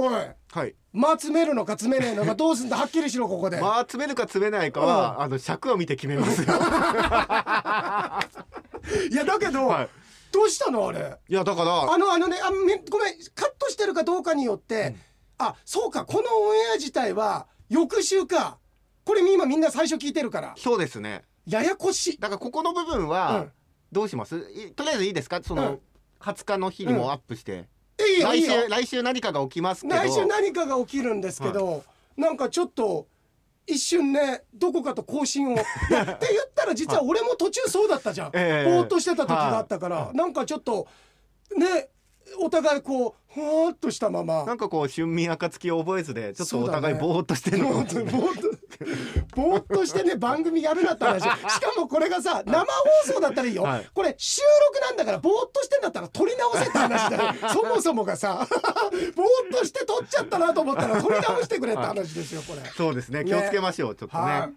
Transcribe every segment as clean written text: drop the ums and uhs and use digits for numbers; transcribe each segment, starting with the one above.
おい、 はい、 詰めるのか詰めねえのかどうすんだはっきりしろここで。 詰めるか詰めないかは、尺を見て決めますよいやだけど、はい、どうしたのあれ。 いやだからごめんカットしてるかどうかによって、そうか、このオンエア自体は翌週か。これ今みんな最初聞いてるから。 そうですね、 ややこしい。 だからここの部分はどうします、とりあえずいいですか、その20日の日にもアップして、来週何かが起きますけど、 来週何かが起きるんですけど、なんかちょっと一瞬ねどこかと更新をって言ったら実は俺も途中そうだったじゃん、ぼーっとしてた時があったから、なんかちょっとねお互いこうふわーっとしたまま、 なんかこう春眠暁を覚えずでちょっとお互いぼーっとしてるの、 ぼーっとしてね番組やるなって話。しかもこれがさ生放送だったらいいよ、これ収録なんだからぼーっとしてんだったら撮り直せって話だよそもそもがさぼーっとして撮っちゃったなと思ったら撮り直してくれって話ですよこれ。 そうですね、気をつけましょう、ちょっとね。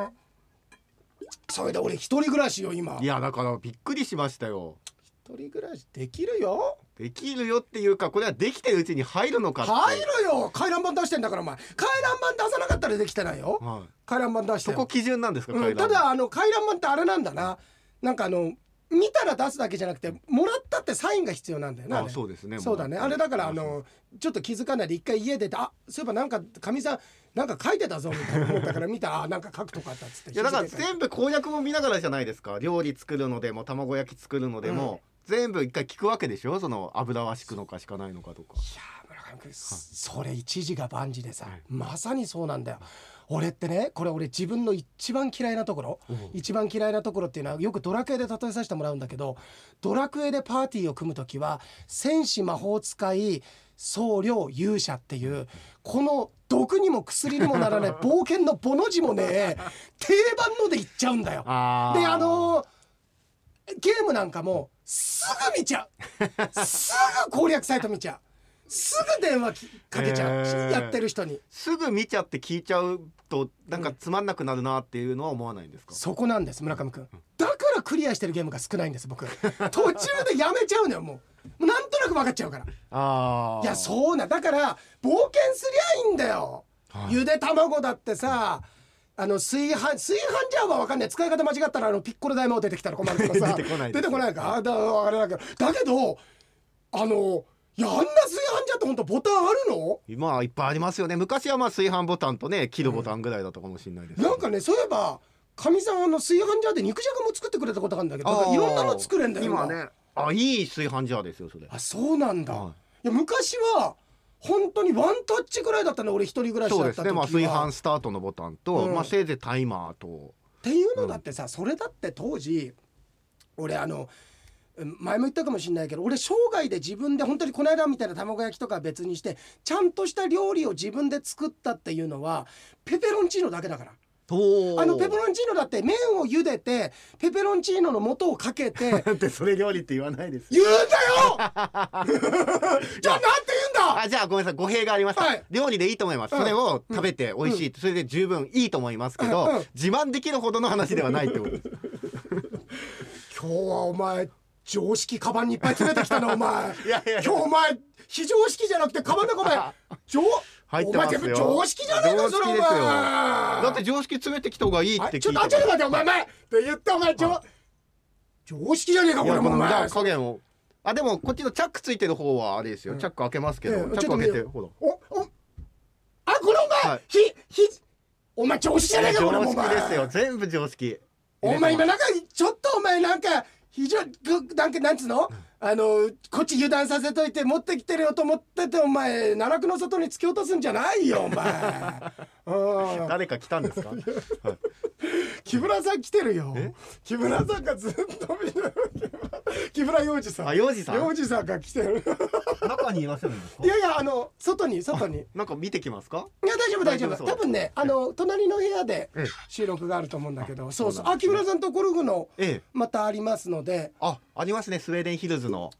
それで俺一人暮らしよ今。 いやだからびっくりしましたよ。 一人暮らしできるよ。 できるよっていうか、これはできてるうちに入るのかって。 入るよ、回覧板出してんだからお前。回覧板出さなかったらできてないよ、回覧板出してよ。 そこ基準なんですか、 ただ回覧板ってあれなんだな、なんか見たら出すだけじゃなくてもらったってサインが必要なんだよな。 そうですね、 そうだね、あれだからちょっと気づかないで一回家出て、そういえばなんかかみさんなんか書いてたぞみたいな思ったから見たらなんか書くとかあったっつって。 いやだから全部攻略も見ながらじゃないですか。料理作るのでも卵焼き作るのでも、全部一回聞くわけでしょ、その油は敷くのか敷かないのかとか。いや村上君、それ一時が万事でさ、まさにそうなんだよ。俺ってね、これ俺自分の一番嫌いなところ、一番嫌いなところっていうのはよくドラクエで例えさせてもらうんだけど、ドラクエでパーティーを組むときは戦士魔法使い僧侶勇者っていうこの毒にも薬にもならない冒険のボの字もね定番のでいっちゃうんだよ。でゲームなんかもすぐ見ちゃうすぐ攻略サイト見ちゃう、すぐ電話かけちゃう、やってる人にすぐ見ちゃって聞いちゃうとなんかつまんなくなるなっていうのは思わないんですか。 そこなんです村上くん、だからクリアしてるゲームが少ないんです僕途中でやめちゃうのよ、もうなんとなく分かっちゃうから。いやそうな、だから冒険すりゃいいんだよ、ゆで卵だってさ、炊飯ジャーは分かんない、使い方間違ったらピッコロ大魔王出てきたら困るからさ出てこないかあれだけど、だけどあんな炊飯ジャーって本当ボタンあるの？ 今いっぱいありますよね。昔は炊飯ボタンとね切るボタンぐらいだったかもしれないです、 なんかね、そういえばかみさん炊飯ジャーで肉じゃがも作ってくれたことがあるんだけど、いろんなの作れんだよ今ね。いい炊飯ジャーですよそれ。 そうなんだ、いや昔は本当にワンタッチぐらいだったね、俺一人暮らしだった時は。そうですね、 炊飯スタートのボタンと、せいぜいタイマーとっていうのだってさ、それだって当時俺前も言ったかもしれないけど、俺生涯で自分で本当にこの間みたいな卵焼きとか別にしてちゃんとした料理を自分で作ったっていうのはペペロンチーノだけだから。ペペロンチーノだって麺を茹でてペペロンチーノの素をかけてってそれ料理って言わないです。 言うんだよじゃあなんて言うんだ。 じゃあごめんなさい、語弊がありました、料理でいいと思います、それを食べて美味しい、それで十分いいと思いますけど、自慢できるほどの話ではないってことです今日はお前常識カバンにいっぱい詰めてきたなお前いや今日お前非常識じゃなくてカバンのお前入ってますよ。 お前常識じゃねえかそれお前。 だって常識詰めてきた方がいいって聞いて。 ちょっと待ってお前って言ったお前常識じゃねえかこれもお前。 加減をでもこっちのチャックついてる方はあれですよ、チャック開けますけど、チャック開けてほらこれお前お前常識じゃねえかこれもお前。 常識ですよ、全部常識。 お前今なんかちょっとお前なんか非常になんつうのこっち油断させといて持ってきてるよと思っててお前奈落の外に突き落とすんじゃないよお前誰か来たんですか木村さん来てるよ。木村さんがずっと見てる木村洋二さん。 洋二さんが来てる中にいらっしゃるんですか。 いや外になんか見てきますか。 いや大丈夫多分ね隣の部屋で収録があると思うんだけど、そう木村さんとゴルフのまたありますので、 ありますね、スウェーデンヒルズの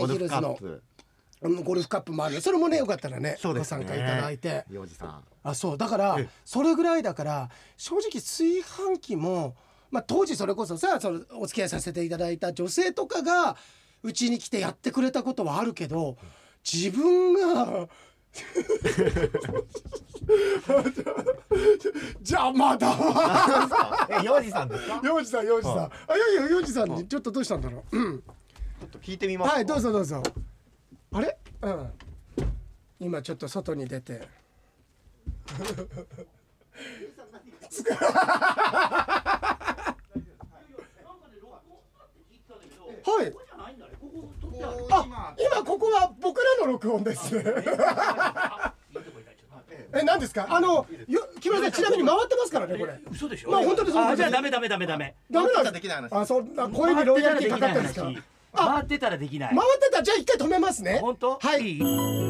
ゴルフカップもある。それもねよかったらねご参加いただいて。 洋二さんそうだからそれぐらいだから正直炊飯器も当時それこそさお付き合いさせていただいた女性とかがうちに来てやってくれたことはあるけど、自分が邪魔だわ洋二さんですか？ 洋二さん、洋二さん、あ、いやいや、洋二さんにちょっとどうしたんだろう。 ちょっと聞いてみますか。 はい、どうぞどうぞ。あれ、今ちょっと外に出てはい。あ、今ここは僕らの録音ですね。何ですか。木村さん、ちなみに回ってますからね、これ。 嘘でしょ。 まあ本当にそうです。 じゃあダメ。 ダメなんできない話。 あ、そんな声にロイヤリティかかってるんですか。 回ってたらできない。 回ってたら、じゃあ一回止めますね。 本当？ はい。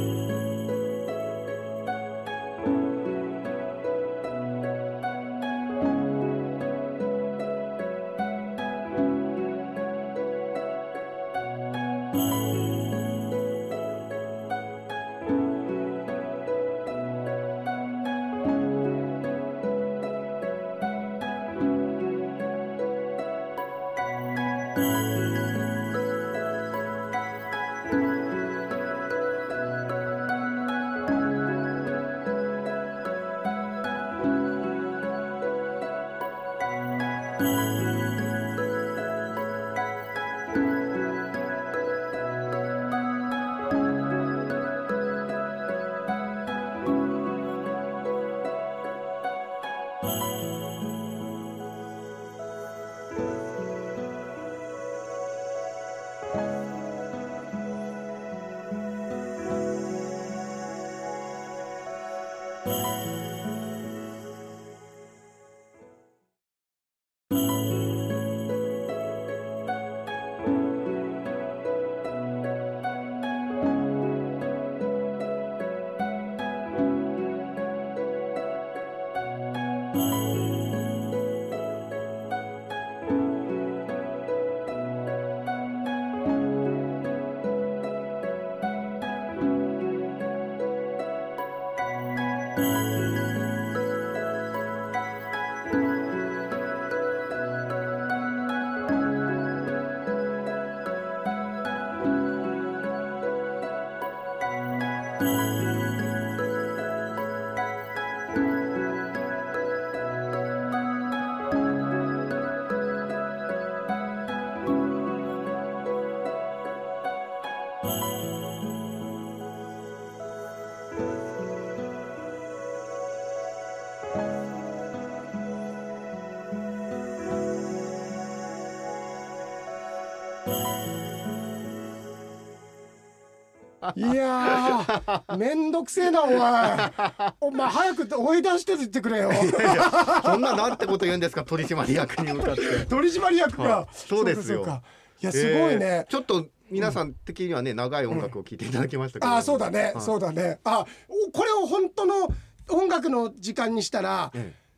いやー、めんどくせえなお前早く追い出してって言ってくれよ。 そんななんてこと言うんですか、取締役に向かって。 取締役か。 そうですよ。 いや、すごいね。 ちょっと皆さん的にはね、長い音楽を聴いていただきましたけど、 あ、そうだね、そうだね。あ、これを本当の音楽の時間にしたら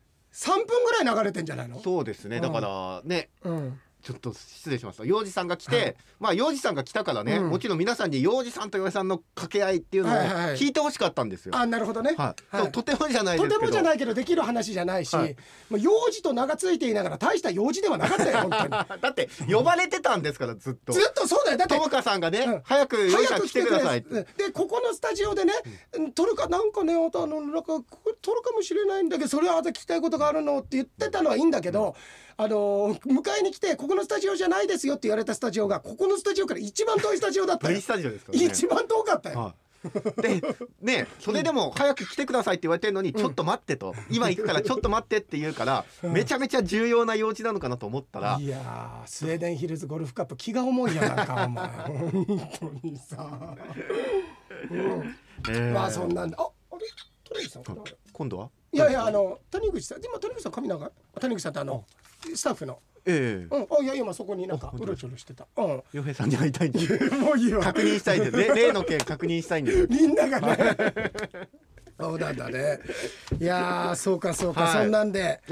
3分ぐらい流れてんじゃないの。 そうですね。だからね、ちょっと失礼しました。洋二さんが来て、まあ洋二さんが来たからね、もちろん皆さんに洋二さんと洋二さんの掛け合いっていうのを聞いてほしかったんですよ。 あ、なるほどね。 とてもじゃないですけど。 とてもじゃないけどできる話じゃないし、もう洋二と名がついていながら大した洋二ではなかったよ本当に。 だって呼ばれてたんですからずっと。 ずっとそうだよ。だって友香さんがね、早く洋二さん来てくださいって。 でここのスタジオでね、撮るかなんかね、なんか撮るかもしれないんだけど、それはまた聞きたいことがあるのって言ってたのはいいんだけど、迎えに来てここのスタジオじゃないですよって言われたスタジオがここのスタジオから一番遠いスタジオだったよ。 遠いスタジオですからね。 一番遠かったよ。 でね、それでも早く来てくださいって言われてるのに、ちょっと待ってと、今行くからちょっと待ってって言うから、めちゃめちゃ重要な用事なのかなと思ったら、 いやー、スウェーデンヒルズゴルフカップ気が重いやなんかお前本当にさ、まあそんなんで、あれ谷口さんかな、 今度は、 いやいや、谷口さん、今谷口さん髪長い、谷口さんってスタッフの、あ、いや今そこになんかうろちょろしてた。 洋平さんに会いたいんでもういいわ、 確認したいんで、例の件確認したいんでみんながね。そうなんだね。いやー、そうかそうか、そんなんで、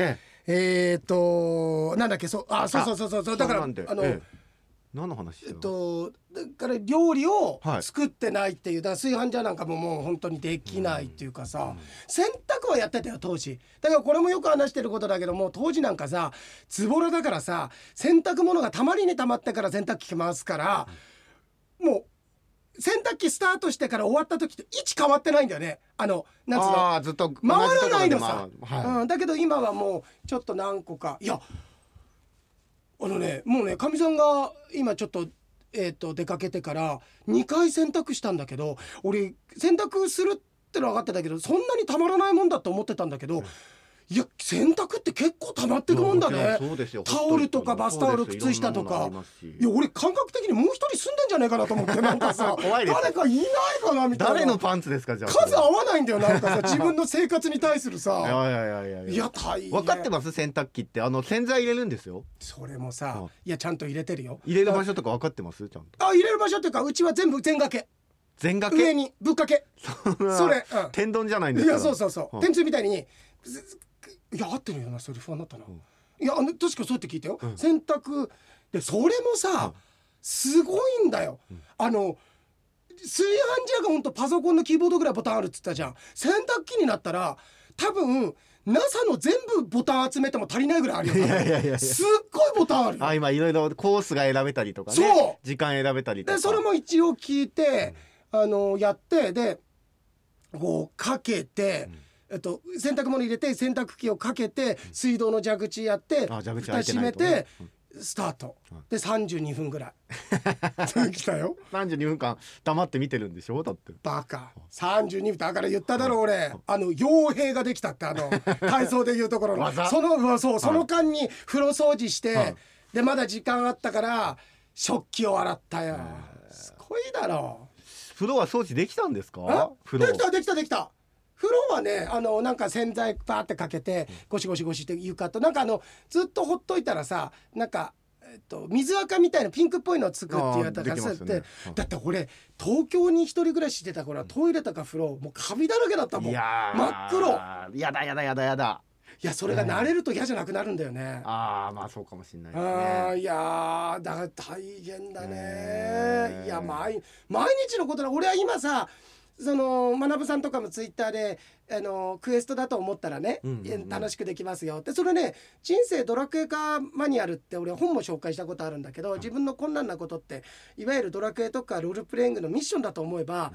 なんだっけ、そう、あ、そうだから何の話ですか。 だから料理を作ってないっていう、だから炊飯ジャーなんかももう本当にできないっていうかさ、洗濯はやってたよ当時。だからこれもよく話してることだけども、当時なんかさ、ズボラだからさ、洗濯物がたまりにたまってから洗濯機回すから、もう洗濯機スタートしてから終わった時って位置変わってないんだよね。なんつうのずっと回らないのさ、 はい、 だけど今はもうちょっと何個か、いやもうねかみさんが今ちょっと出かけてから2回洗濯したんだけど、俺洗濯するってのは分かってたけどそんなにたまらないもんだと思ってたんだけど、いや洗濯って結構溜まってくもんだね。タオルとかバスタオル靴下とか、いや俺感覚的にもう一人住んでんじゃないかなと思ってなんかさ怖いです。 誰かいないかなみたいな。 誰のパンツですかじゃあ。 数合わないんだよなんかさ自分の生活に対するさいや大変。 分かってます？洗濯機って洗剤入れるんですよ。 それもさ、いやちゃんと入れてるよ。 入れる場所とか分かってます？ちゃんと。 入れる場所っていうかうちは全部全掛け。 全掛け？ 上にぶっかけ。それ、 天丼じゃないんですか。 いやそう天つゆみたいに、いや合ってるよな、それ不安だったな、いや確かそうやって聞いたよ、洗濯で。それもさ、すごいんだよ、炊飯ジャーがほんとパソコンのキーボードぐらいボタンあるっつったじゃん。洗濯機になったら多分 NASA の全部ボタン集めても足りないぐらいあるよ。すっごいボタンある。 今いろいろコースが選べたりとかね、 そう時間選べたりとかで、それも一応聞いて、やってでこうかけて、洗濯物入れて洗濯機をかけて水道の蛇口やって蓋閉めてスタートで32分ぐらい来たよ。 32分間黙って見てるんでしょ。だってバカ32分だから言っただろ俺、傭兵ができたって体操でいうところのその間に風呂掃除して、でまだ時間あったから食器を洗ったよ。すごいだろ。 風呂は掃除できたんですか？ できた。風呂はねなんか洗剤パーってかけてゴシゴシって床となんかずっとほっといたらさなんか、水垢みたいなピンクっぽいのつくってやったからさ、だって俺東京に一人暮らししてた頃はトイレとか風呂もうカビだらけだったもん。真っ黒。 やだ。 いやそれが慣れると嫌じゃなくなるんだよね。 まあそうかもしれないですね。 いやだから大変だね。いや毎日のことだ。俺は今さ学さんとかもツイッターでクエストだと思ったらね、楽しくできますよって。それね人生ドラクエ化マニュアルって俺本も紹介したことあるんだけど、自分の困難なことっていわゆるドラクエとかロールプレイングのミッションだと思えば、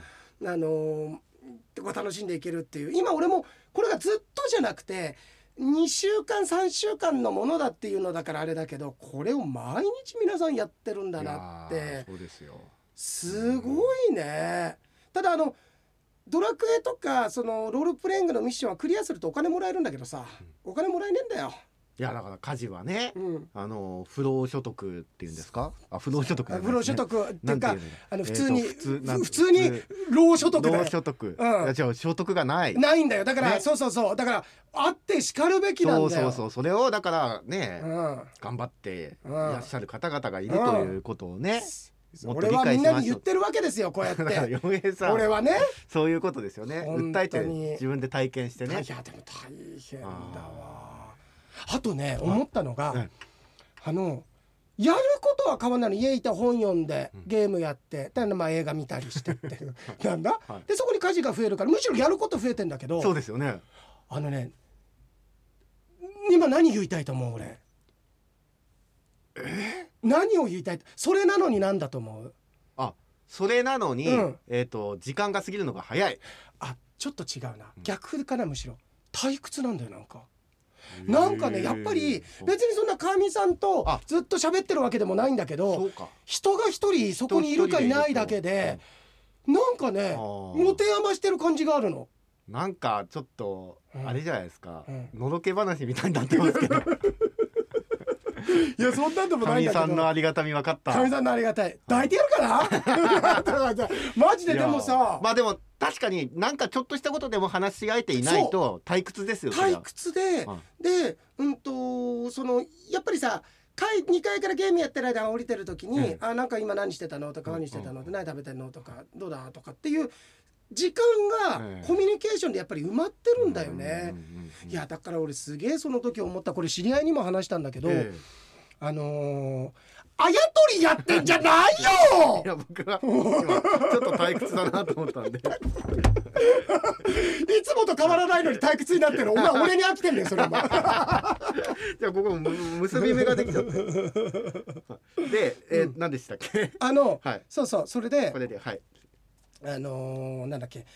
楽しんでいけるっていう。今俺もこれがずっとじゃなくて2週間3週間のものだっていうのだからあれだけど、これを毎日皆さんやってるんだなって。 そうですよ。 すごいね。ただドラクエとかそのロールプレイングのミッションはクリアするとお金もらえるんだけどさ、お金もらえねえんだよ。 いやだから家事はね、不労所得っていうんですか。不労所得、 不労所得っていうか普通に労所得だよ。 労所得。じゃあ所得がないんだよ。だから、そうだからあってしかるべきなんだよ。 それをだからね、頑張っていらっしゃる方々がいるということをね、 俺はみんなに言ってるわけですよ。こうやって洋平さん俺はねそういうことですよね。訴えて自分で体験してね。 いやでも大変だわ。あとね思ったのが、やることは変わらない。家いて本読んでゲームやって映画見たりしてっていうなんだ、でそこに家事が増えるからむしろやること増えてんだけど。 そうですよね。 今何言いたいと思う俺。何を言いたい。それなのになんだと思う？ それなのに、時間が過ぎるのが早い。 ちょっと違うな、逆かな。むしろ退屈なんだよ。なんかねやっぱり別にそんなかみさんとずっと喋ってるわけでもないんだけど、人が一人そこにいるかいないだけでなんかね持て余してる感じがあるの。 なんかちょっとあれじゃないですか、のろけ話みたいになってますけどいやそんなんでもないんだけど、 かみさんのありがたみ分かった。 かみさんのありがたい抱いてやるかなマジで。でもさでも確かになんかちょっとしたことでも話し合えていないと退屈ですよ。 退屈で、やっぱりさ2階からゲームやってる間降りてる時に、なんか今何してたのとか何してたのって何食べてんのとかどうだとかっていう時間がコミュニケーションでやっぱり埋まってるんだよね。いやだから俺すげえその時思った。これ知り合いにも話したんだけど、あやとりやってんじゃないよいや僕は今ちょっと退屈だなと思ったんでいつもと変わらないのに退屈になってる。お前俺に飽きてんねんそれもじゃあここ結び目ができちゃってで、何でしたっけそうそれでこれではいなんだっけ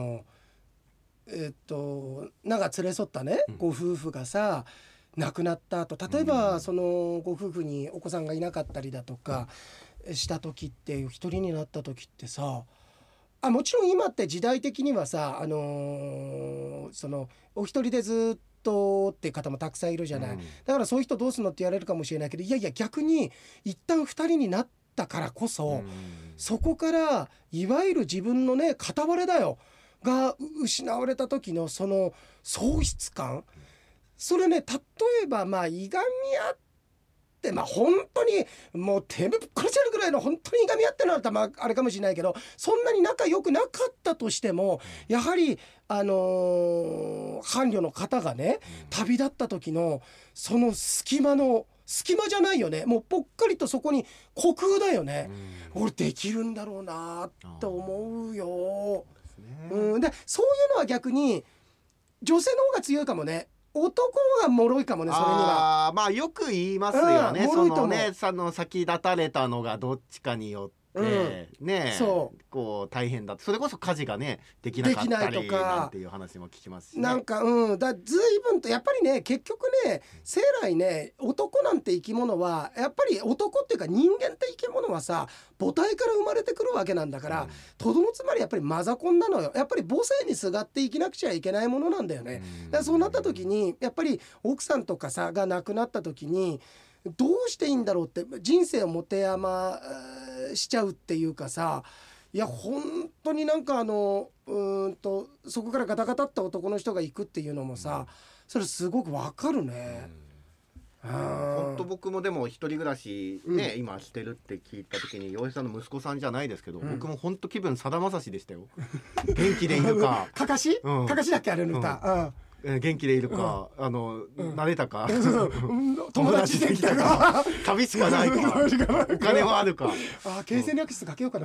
なんか連れ添ったね、ご夫婦がさ亡くなった後、例えばそのご夫婦にお子さんがいなかったりだとかした時って、一人になった時ってさ、もちろん今って時代的にはさ、そのお一人でずっとっていう方もたくさんいるじゃない、だからそういう人どうすんのって言われるかもしれないけど、いやいや逆に一旦二人になったからこそ、そこからいわゆる自分のね片割れだよが失われた時のその喪失感、それね、例えばいがみ合って本当にもう手ぶっ殺せるぐらいの本当にいがみ合ってなったらあれかもしれないけど、そんなに仲良くなかったとしても、やはり伴侶の方がね旅立った時のその隙間じゃないよね、もうぽっかりとそこに虚空だよね、俺できるんだろうなと思うよ。でそういうのは逆に女性の方が強いかもね。男が脆いかもね、それには。 よく言いますよね、そのね、先立たれたのがどっちかによってね、こう大変だ、それこそ家事がねできなかったりなんていう話も聞きますし、ね、 なんかだ随分とやっぱりね、結局ね生来ね、男なんて生き物はやっぱり、男っていうか人間って生き物はさ母体から生まれてくるわけなんだから、とどのつまりやっぱりマザコンなのよ。やっぱり母性にすがって生きなくちゃいけないものなんだよね。だからそうなった時にやっぱり奥さんとかさが亡くなった時にどうしていいんだろうって、人生を持て余しちゃうっていうかさ、いや本当になんかそこからガタガタった男の人が行くっていうのもさ、それすごくわかるね。 本当僕もでも一人暮らしね、今してるって聞いた時に、洋平さんの息子さんじゃないですけど、僕も本当気分さだまさしでしたよ。元気でいるかかかしだっけあれの歌、 元気でいるか、慣れたか、 友達できたか、 旅しかないか、お金はあるか。 形成略室かけようかな。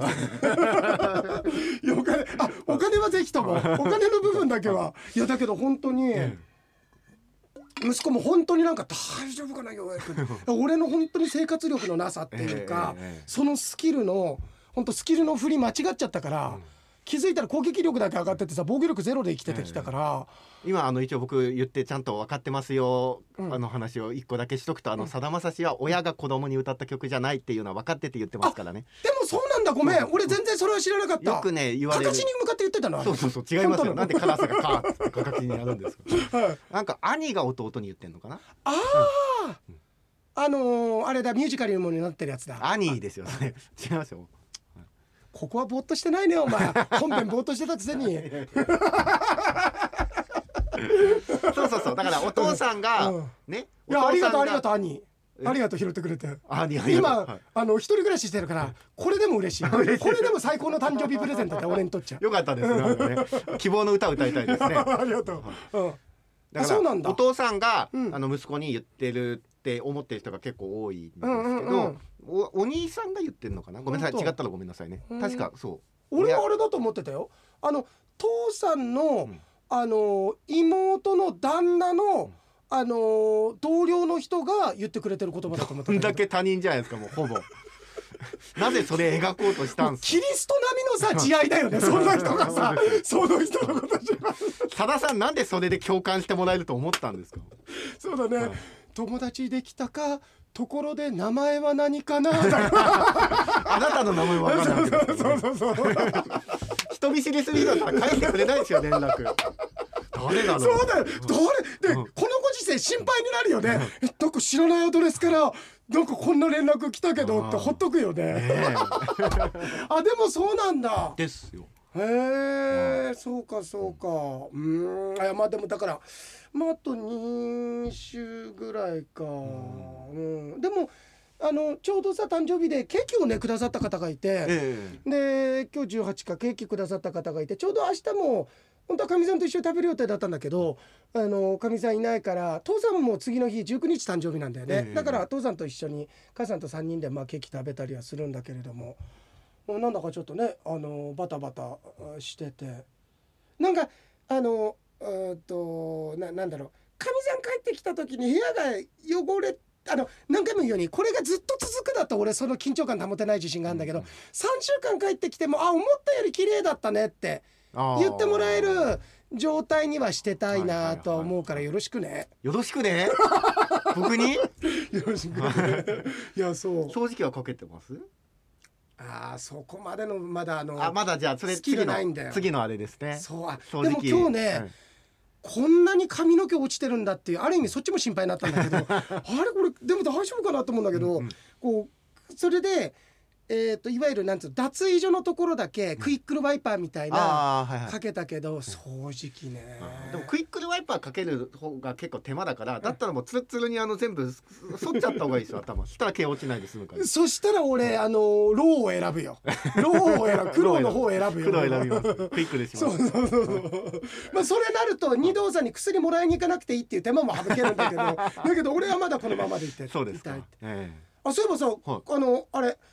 お金はぜひとも、お金の部分だけは。いやだけど本当に息子も本当になんか大丈夫かな、ようやく俺の本当に生活力のなさっていうか、そのスキルの振り間違っちゃったから、気づいたら攻撃力だけ上がっててさ、防御力ゼロで生きてきたから、 今一応僕言ってちゃんと分かってますよ、話を一個だけしとくと、さだまさしは親が子供に歌った曲じゃないっていうのは分かってて言ってますからね。 でもそうなんだ、ごめん、俺全然それは知らなかった。 よくね言われる。 かかしに向かって言ってたの。 そう違いますよ。なんでカラスがカーってかかしにやるんですか。なんか兄が弟に言ってんのかな。 あれだ、ミュージカルになってるやつだ。 兄ですよね。違いますよ。 ここはぼーっとしてないねお前。本編ぼーっとしてたくせに。 そうだからお父さんがね、 いやありがとう兄、ありがとう拾ってくれて。今一人暮らししてるからこれでも嬉しい。これでも最高の誕生日プレゼントだ俺にとっちゃ。 よかったですね。希望の歌歌いたいですね。 ありがとう。 だからお父さんが息子に言ってるって思ってる人が結構多いんですけど、お兄さんが言ってるのかな。ごめんなさい、違ったらごめんなさいね。確かそう。 俺はあれだと思ってたよ。父さんの妹の旦那の同僚の人が言ってくれてる言葉だと思ってた。 どんだけ他人じゃないですか、もうほぼ。なぜそれ描こうとしたんですか。 キリスト並みのさ慈愛だよね。そんな人がさその人のこと知らない。 さださんなんでそれで共感してもらえると思ったんですか。 そうだね、友達できたか、ところで名前は何かな。 あなたの名前は分かんない。そう人見知りすぎだったら返してくれないですよ連絡。誰なの。そうだよ、誰で、このご時世心配になるよね。なんか知らないアドレスからなんかこんな連絡来たけどってほっとくよね。でもそうなんだ。 ですよ。 へえ、そうか。でもだからあと2週ぐらいか。でもちょうどさ誕生日でケーキをねくださった方がいて、で今日18かケーキくださった方がいて、ちょうど明日も本当はかみさんと一緒に食べる予定だったんだけど、かみさんいないから父さんも次の日19日誕生日なんだよね。だから父さんと一緒に母さんと3人でケーキ食べたりはするんだけれども、なんだかちょっとねバタバタしてて、なんかなんだろう、かみさん帰ってきた時に部屋が汚れ何回も言うようにこれがずっと続くだと俺その緊張感保てない自信があるんだけど、3週間帰ってきても思ったより綺麗だったねって言ってもらえる状態にはしてたいなとは思うからよろしくね。 よろしくね僕によろしくねいやそう正直はかけてます。 そこまでのまだまだじゃあそれ次のあれですね。 そうでも今日ね、こんなに髪の毛落ちてるんだっていうある意味そっちも心配になったんだけどあれこれでも大丈夫かなと思うんだけど、こうそれでいわゆるなんつう脱衣所のところだけクイックルワイパーみたいなかけたけど、掃除機ね、 でもクイックルワイパーかける方が結構手間だから、だったらもうツルツルに全部剃っちゃった方がいいですよ頭。そしたら毛落ちないで済むから。 そしたら俺ローを選ぶよ。ローを選ぶ黒の方を選ぶよ。 黒選びます。クイックでします。 そうそれなると二堂さんに薬もらいに行かなくていいっていう手間も省けるんだけどだけど俺はまだこのままでいて。 そうですか。そういえばさ、あれ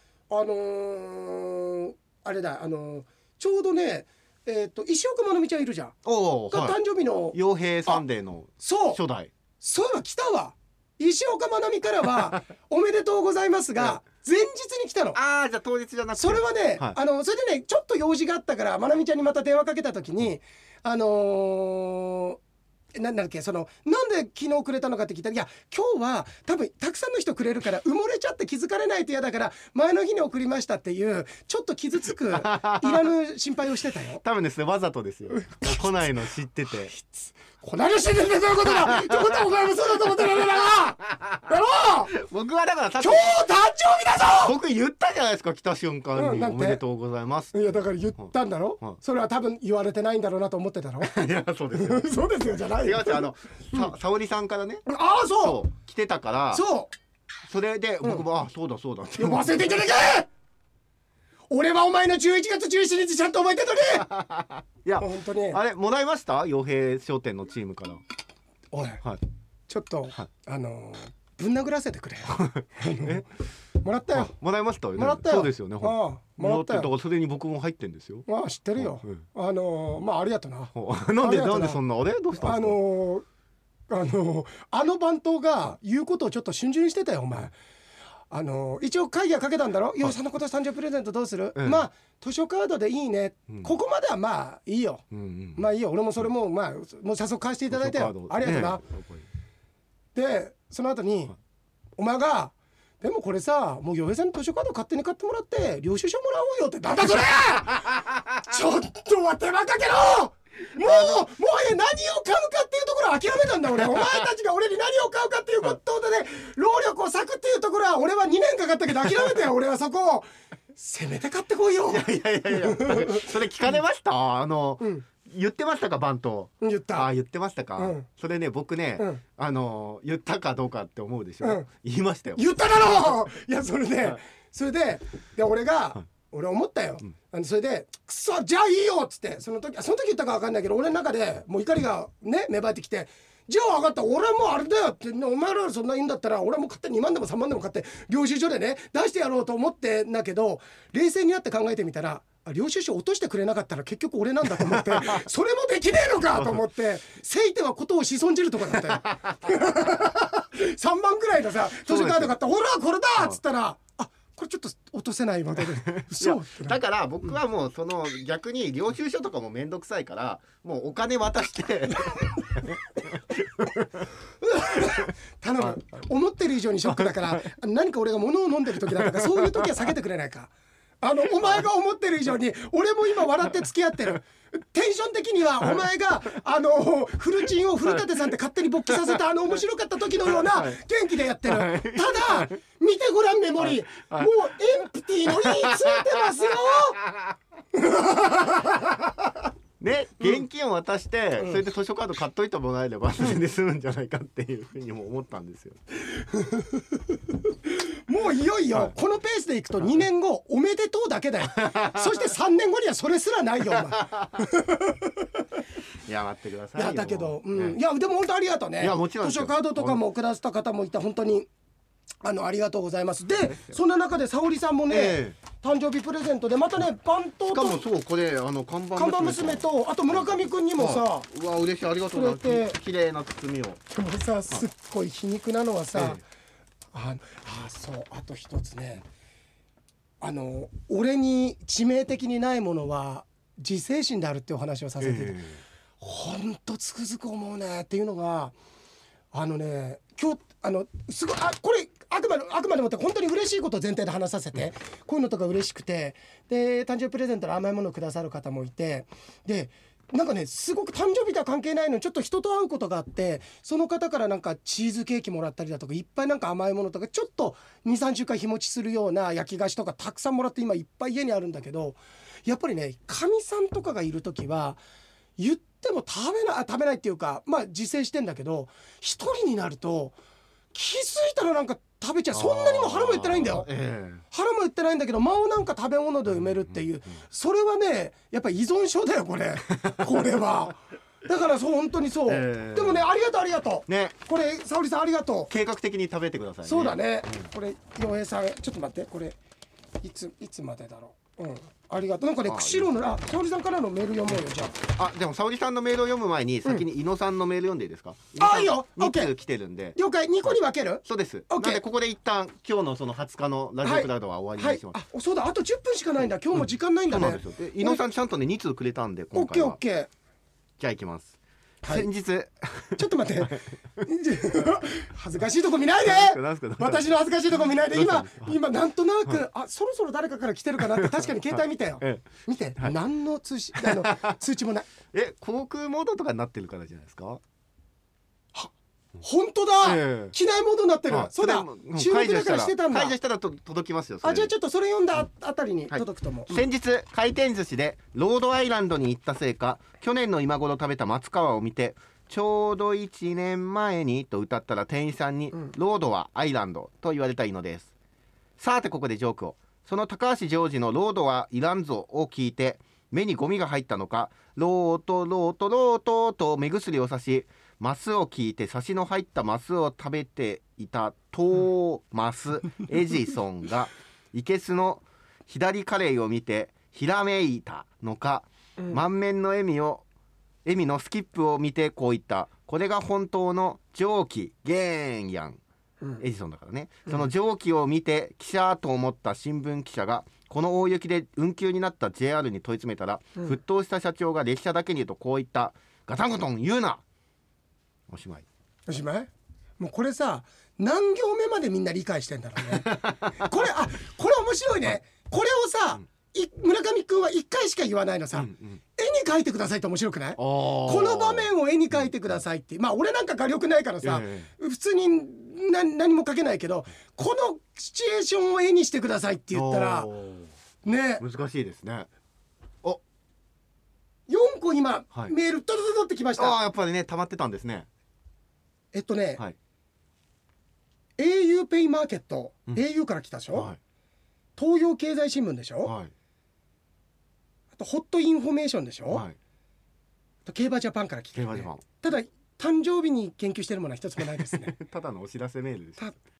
あれだちょうどね石岡まなみちゃんいるじゃんが誕生日の傭兵サンデーの初代そういえば来たわ。石岡まなみからはおめでとうございますが前日に来たの。 じゃあ当日じゃなくてそれはね、それでねちょっと用事があったからまなみちゃんにまた電話かけた時になんだっけなんで昨日くれたのかって聞いたら、いや今日は多分たくさんの人くれるから埋もれちゃって気づかれないと嫌だから前の日に送りましたっていうちょっと傷つくいらぬ心配をしてたよ。 多分ですねわざとですよ来ないの知ってて来ないの知っててどういうことだってことはお前もそうだと思ってられなやろう僕はだから今日誕生日だぞ僕言ったじゃないですか来た瞬間におめでとうございます。 いやだから言ったんだろ、それは多分言われてないんだろうなと思ってたろ。 いやそうですよそうですよじゃないよ。 違う沙織さんからねそう来てたからそれで僕もそうだそうだって忘れてんじゃねえか俺はお前の11月17日ちゃんと覚えてたねいや本当にあれもらいました傭兵商店のチームから。 おい、ちょっとぶん殴らせてくれもらったよ。 もらいましたよね。 もらったよ。 そうですよね。 もらったよ。 だからそれに僕も入ってんですよ。 知ってるよ。ありがとな。 なんでそんなあれどうしたんですか。 あの番頭が言うことをちょっと逡巡してたよお前。一応会議はかけたんだろ。いやそのこと誕生日プレゼントどうする、まあ図書カードでいいね、ここまではまあいいよ、まあいいよ俺もそれもまあもう早速返していただいてよ、ありがとうな、でその後に、お前がでもこれさもう洋平さんに図書カード勝手に買ってもらって領収書もらおうよってなんだそれちょっとは手間かけろもはや何を買うかっていうところは諦めたんだ俺お前たちが俺に何を買うかっていうことで、労力を割くっていうところは俺は2年かかったけど諦めたよ俺はそこをせめて買ってこいよ。いやそれ聞かれました言ってましたか番頭。 言った言ってましたか、それね僕ね、言ったかどうかって思うでしょ、言いましたよ。 言っただろいやそれで俺思ったよ、それで「くそじゃあいいよ」っつってその時言ったか分かんないけど俺の中でもう怒りがね芽生えてきて「じゃあ分かった俺もあれだよ」ってお前らそんな言うんだったら俺も勝手に2万でも3万でも買って領収書でね出してやろうと思ってんだけど冷静になって考えてみたら領収書落としてくれなかったら結局俺なんだと思ってそれもできねえのかと思ってせいてはことをし損じるとこだったよ3万くらいのさ図書カード買ったほらこれだっつったらこれちょっと落とせないまでだから僕はもう逆に領収書とかもめんどくさいからもうお金渡して頼む思ってる以上にショックだから何か俺が物を飲んでる時だからそういう時は避けてくれないかお前が思ってる以上に俺も今笑って付き合ってるテンション的にはお前がフルチンを古舘さんって勝手に勃起させた面白かった時のような元気でやってる、ただ見てごらんメモリー、もうエンプティーの言いついてますよね、現金を渡して、それで図書カード買っといてもらえればそれで済むんじゃないかっていうふうにも思ったんですよもういよいよこのペースでいくと2年後おめでとうだけだよそして3年後にはそれすらないよお前いや待ってくださいよ。 いやだけど、いやでも本当ありがとうね。 いやもちろん図書カードとかもくださった方もいて本当にありがとうございます。でそんな中で沙織さんもね、誕生日プレゼントでまたね番頭としかもそうこれ看板娘とあと村上くんにもさ、 うわ嬉しいありがとうございます。綺麗な包みを。 でもさすっごい皮肉なのはさ、 そう、あと一つね、俺に致命的にないものは自制心であるっていうお話をさせて、ほんとつくづく思うねっていうのが、今日すごい、これあくまでもって本当に嬉しいことを前提で話させて、こういうのとか嬉しくて、で誕生日プレゼントで甘いものをくださる方もいて、でなんかね、すごく誕生日とは関係ないのにちょっと人と会うことがあって、その方からなんかチーズケーキもらったりだとか、いっぱいなんか甘いものとか、ちょっと 2,3 週間日持ちするような焼き菓子とかたくさんもらって、今いっぱい家にあるんだけど、やっぱりね、かみさんとかがいる時は言っても食べないっていうか、まあ自制してんだけど、一人になると気づいたらなんか食べちゃう。そんなにも腹も減ってないんだよ、腹も減ってないんだけど間をなんか食べ物で埋めるっていう、それはねやっぱり依存症だよこれは。だからそう、本当にそう、でもね、ありがとうね。これ沙織さんありがとう。 計画的に食べてくださいね。 そうだね、これ洋平さんちょっと待って、これいつまでだろう。ありがとう。なんかね、釧路の沙織さんからのメール読もうよ。じゃあ、でも沙織さんのメールを読む前に先に伊野さんのメール読んでいいですか。 いいよ。 2通来てるんで。 了解。2個に分ける。 そうです。なんでここで一旦今日のその20日のラジオクラウドは終わりにします。 そうだ、あと10分しかないんだ。今日も時間ないんだね。 そうなんですよ。伊野さんちゃんとね2通くれたんで、今回は。 オッケー。 じゃあ行きます。先日ちょっと待って恥ずかしいとこ見ないで私の恥ずかしいとこ見ないで。今なんとなく、そろそろ誰かから来てるかなって確かに携帯見たよ。見て、何の通知もない。 航空モードとかになってるからじゃないですか。 本当だ、機内モードになってる。そうだ、収録だからしてたんだ。 解除したら届きますよ。 じゃあちょっとそれ読んだあたりに届くと思う。 先日回転寿司でロードアイランドに行ったせいか、去年の今頃食べた松川を見て、ちょうど1年前にと歌ったら店員さんに、ロードはアイランドと言われたいのです。さてここでジョークを。その高橋ジョージのロードはいらんぞを聞いて、目にゴミが入ったのか、ロートと目薬をさし、マスを聞いてサシの入ったマスを食べていたトーマス・エジソンがイケスの左カレイを見てひらめいたのか、満面の笑みのスキップを見てこう言った。これが本当の蒸気ゲーンやん。エジソンだからね。その蒸気を見て記者と思った新聞記者が、この大雪で運休になった JR に問い詰めたら、沸騰した社長が列車だけに言うとこう言った。ガタンゴトン言うな。おしまい。 もうこれさ、何行目までみんな理解してんだろうねこれ面白いね。これをさ、村上くんは1回しか言わないのさ、絵に描いてくださいって面白くない？この場面を絵に描いてくださいって。まあ俺なんか画力ないからさ、普通に何も描けないけど、このシチュエーションを絵にしてくださいって言ったらね、 難しいですね。 4個今、メールドドドドってきました。 やっぱりね、溜まってたんですね。 au ペイマーケット、au から来たでしょ、東洋経済新聞でしょ、あとホットインフォメーションでしょ、あと競馬ジャパンから来てる、ね、ただ誕生日に研究してるものは一つもないですねただのお知らせメールです。